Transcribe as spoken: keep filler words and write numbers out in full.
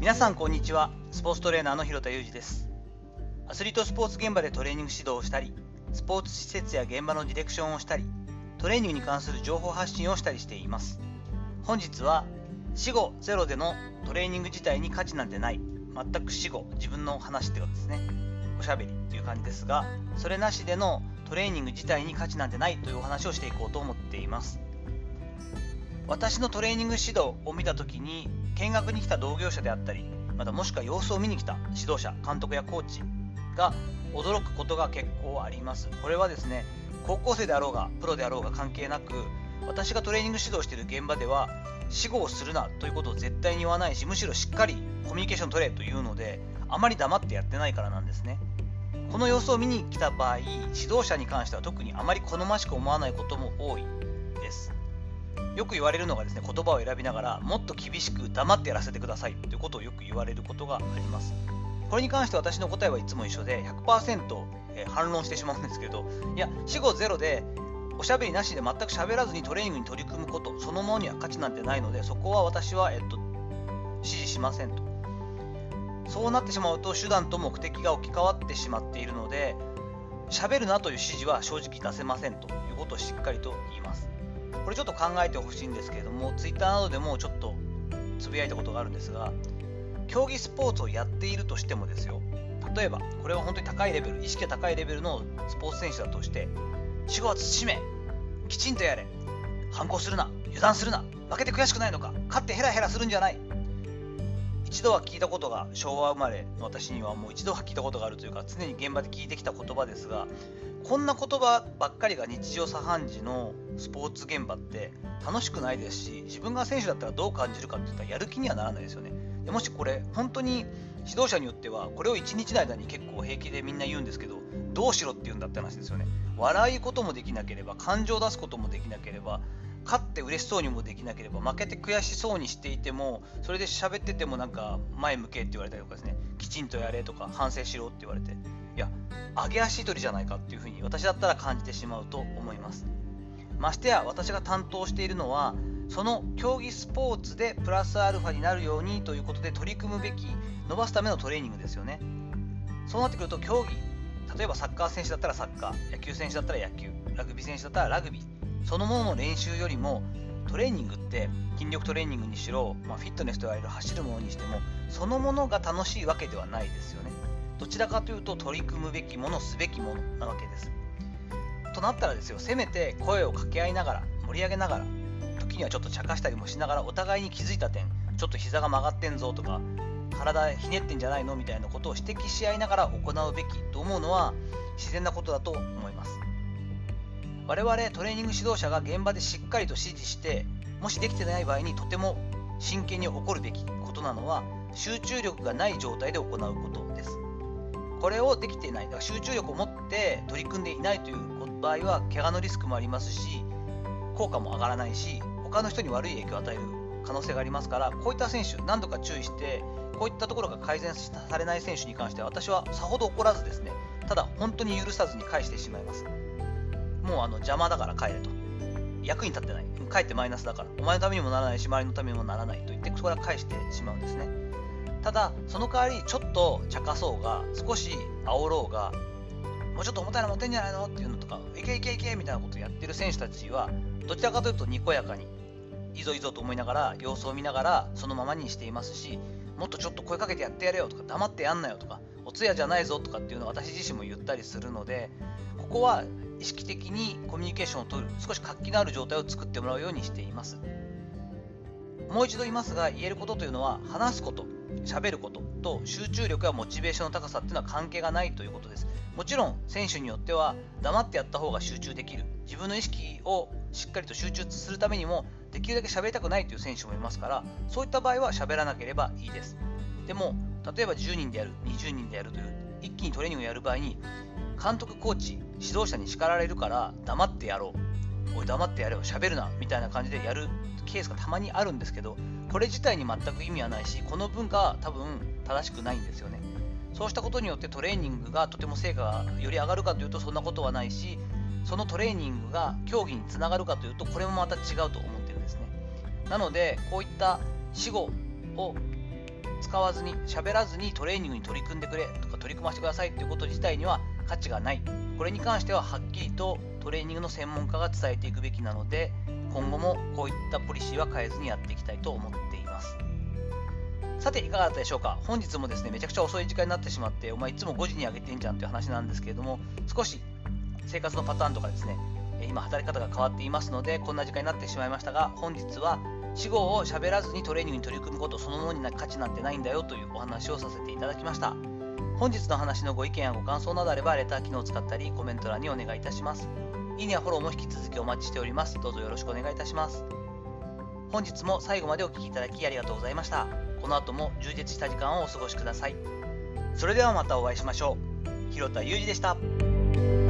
皆さんこんにちは。スポーツトレーナーの広田裕二です。アスリートスポーツ現場でトレーニング指導をしたり、スポーツ施設や現場のディレクションをしたり、トレーニングに関する情報発信をしたりしています。本日は死後ゼロでのトレーニング自体に価値なんてない、全く死後、自分の話ってことですね、おしゃべりという感じですが、それなしでのトレーニング自体に価値なんてないというお話をしていこうと思っています。私のトレーニング指導を見たときに、見学に来た同業者であったり、またもしくは様子を見に来た指導者、監督やコーチが驚くことが結構あります。これはですね、高校生であろうがプロであろうが関係なく、私がトレーニング指導している現場では死後をするなということを絶対に言わないし、むしろしっかりコミュニケーション取れというので、あまり黙ってやってないからなんですね。この様子を見に来た場合、指導者に関しては特にあまり好ましく思わないことも多いです。よく言われるのがですね、言葉を選びながらもっと厳しく黙ってやらせてくださいということをよく言われることがあります。これに関して私の答えはいつも一緒で ひゃくパーセント 反論してしまうんですけど、いや、死後ゼロでおしゃべりなしで全く喋らずにトレーニングに取り組むことそのものには価値なんてないので、そこは私は、えっと、支持しませんと。そうなってしまうと手段と目的が置き換わってしまっているので、喋るなという指示は正直出せませんということをしっかりと言います。これちょっと考えてほしいんですけれども、ツイッターなどでもちょっとつぶやいたことがあるんですが、競技スポーツをやっているとしてもですよ、例えばこれは本当に高いレベル、意識が高いレベルのスポーツ選手だとして、死後は慎め、きちんとやれ、反抗するな、油断するな、負けて悔しくないのか、勝ってヘラヘラするんじゃない。一度は聞いたことが、昭和生まれの私にはもう一度は聞いたことがあるというか、常に現場で聞いてきた言葉ですが、こんな言葉ばっかりが日常茶飯事のスポーツ現場って楽しくないですし、自分が選手だったらどう感じるかっていったらやる気にはならないですよね。でもしこれ本当に指導者によってはこれをいちにちの間に結構平気でみんな言うんですけど、どうしろって言うんだって話ですよね。笑いこともできなければ、感情を出すこともできなければ、勝って嬉しそうにもできなければ、負けて悔しそうにしていても、それで喋っててもなんか前向けって言われたりとかですね、きちんとやれとか反省しろって言われて、いや、揚げ足取りじゃないかっていうふうに私だったら感じてしまうと思います。ましてや私が担当しているのは、その競技スポーツでプラスアルファになるようにということで取り組むべき、伸ばすためのトレーニングですよね。そうなってくると、競技、例えばサッカー選手だったらサッカー、野球選手だったら野球、ラグビー選手だったらラグビー、そのものの練習よりもトレーニングって、筋力トレーニングにしろ、まあ、フィットネスと言われる走るものにしても、そのものが楽しいわけではないですよね。どちらかというと取り組むべきもの、すべきものなわけです。となったらですよ、せめて声を掛け合いながら、盛り上げながら、時にはちょっと茶化したりもしながら、お互いに気づいた点、ちょっと膝が曲がってんぞとか、体ひねってんじゃないのみたいなことを指摘し合いながら行うべきと思うのは自然なことだと思います。我々トレーニング指導者が現場でしっかりと指示して、もしできてない場合にとても真剣に起こるべきことなのは、集中力がない状態で行うことです。これをできていない、だから集中力を持って取り組んでいないという場合は、怪我のリスクもありますし、効果も上がらないし、他の人に悪い影響を与える可能性がありますから、こういった選手、何度か注意して、こういったところが改善されない選手に関しては、私はさほど怒らずですね、ただ本当に許さずに返してしまいます。もうあの邪魔だから帰れと。役に立ってない。帰ってマイナスだから。お前のためにもならないし、周りのためにもならないと言って、それは返してしまうんですね。ただ、その代わり、ちょっと茶化そうが、少し煽ろうが、もうちょっと重たいの持ってんじゃないのっていうのとか、いけいけいけみたいなことをやってる選手たちは、どちらかというとにこやかに、いいぞいいぞと思いながら、様子を見ながら、そのままにしていますし、もっとちょっと声かけてやってやれよとか、黙ってやんなよとか、お通夜じゃないぞとかっていうのを私自身も言ったりするので、ここは意識的にコミュニケーションを取る、少し活気のある状態を作ってもらうようにしています。もう一度言いますが、言えることというのは、話すこと、喋ることと集中力やモチベーションの高さっていうのは関係がないということです。もちろん選手によっては黙ってやった方が集中できる、自分の意識をしっかりと集中するためにもできるだけ喋りたくないという選手もいますから、そういった場合は喋らなければいいです。でも例えばじゅうにんでやる、にじゅうにんでやるという一気にトレーニングをやる場合に、監督、コーチ、指導者に叱られるから黙ってやろう、おい黙ってやれよ、喋るなみたいな感じでやるケースがたまにあるんですけど、これ自体に全く意味はないし、この文化は多分正しくないんですよね。そうしたことによってトレーニングがとても成果がより上がるかというとそんなことはないし、そのトレーニングが競技につながるかというとこれもまた違うと思ってるんですね。なのでこういった死後を使わずに喋らずにトレーニングに取り組んでくれとか取り組ませてくださいということ自体には価値がない。これに関してははっきりとトレーニングの専門家が伝えていくべきなので、今後もこういったポリシーは変えずにやっていきたいと思っています。さていかがだったでしょうか。本日もですねめちゃくちゃ遅い時間になってしまって、お前いつもごじに上げてんじゃんという話なんですけれども、少し生活のパターンとかですね、今働き方が変わっていますのでこんな時間になってしまいましたが、本日は死後を喋らずにトレーニングに取り組むことそのものに価値なんてないんだよというお話をさせていただきました。本日の話のご意見やご感想などあればレター機能を使ったりコメント欄にお願いいたします。いいねやフォローも引き続きお待ちしております。どうぞよろしくお願いいたします。本日も最後までお聞きいただきありがとうございました。この後も充実した時間をお過ごしください。それではまたお会いしましょう。広田裕二でした。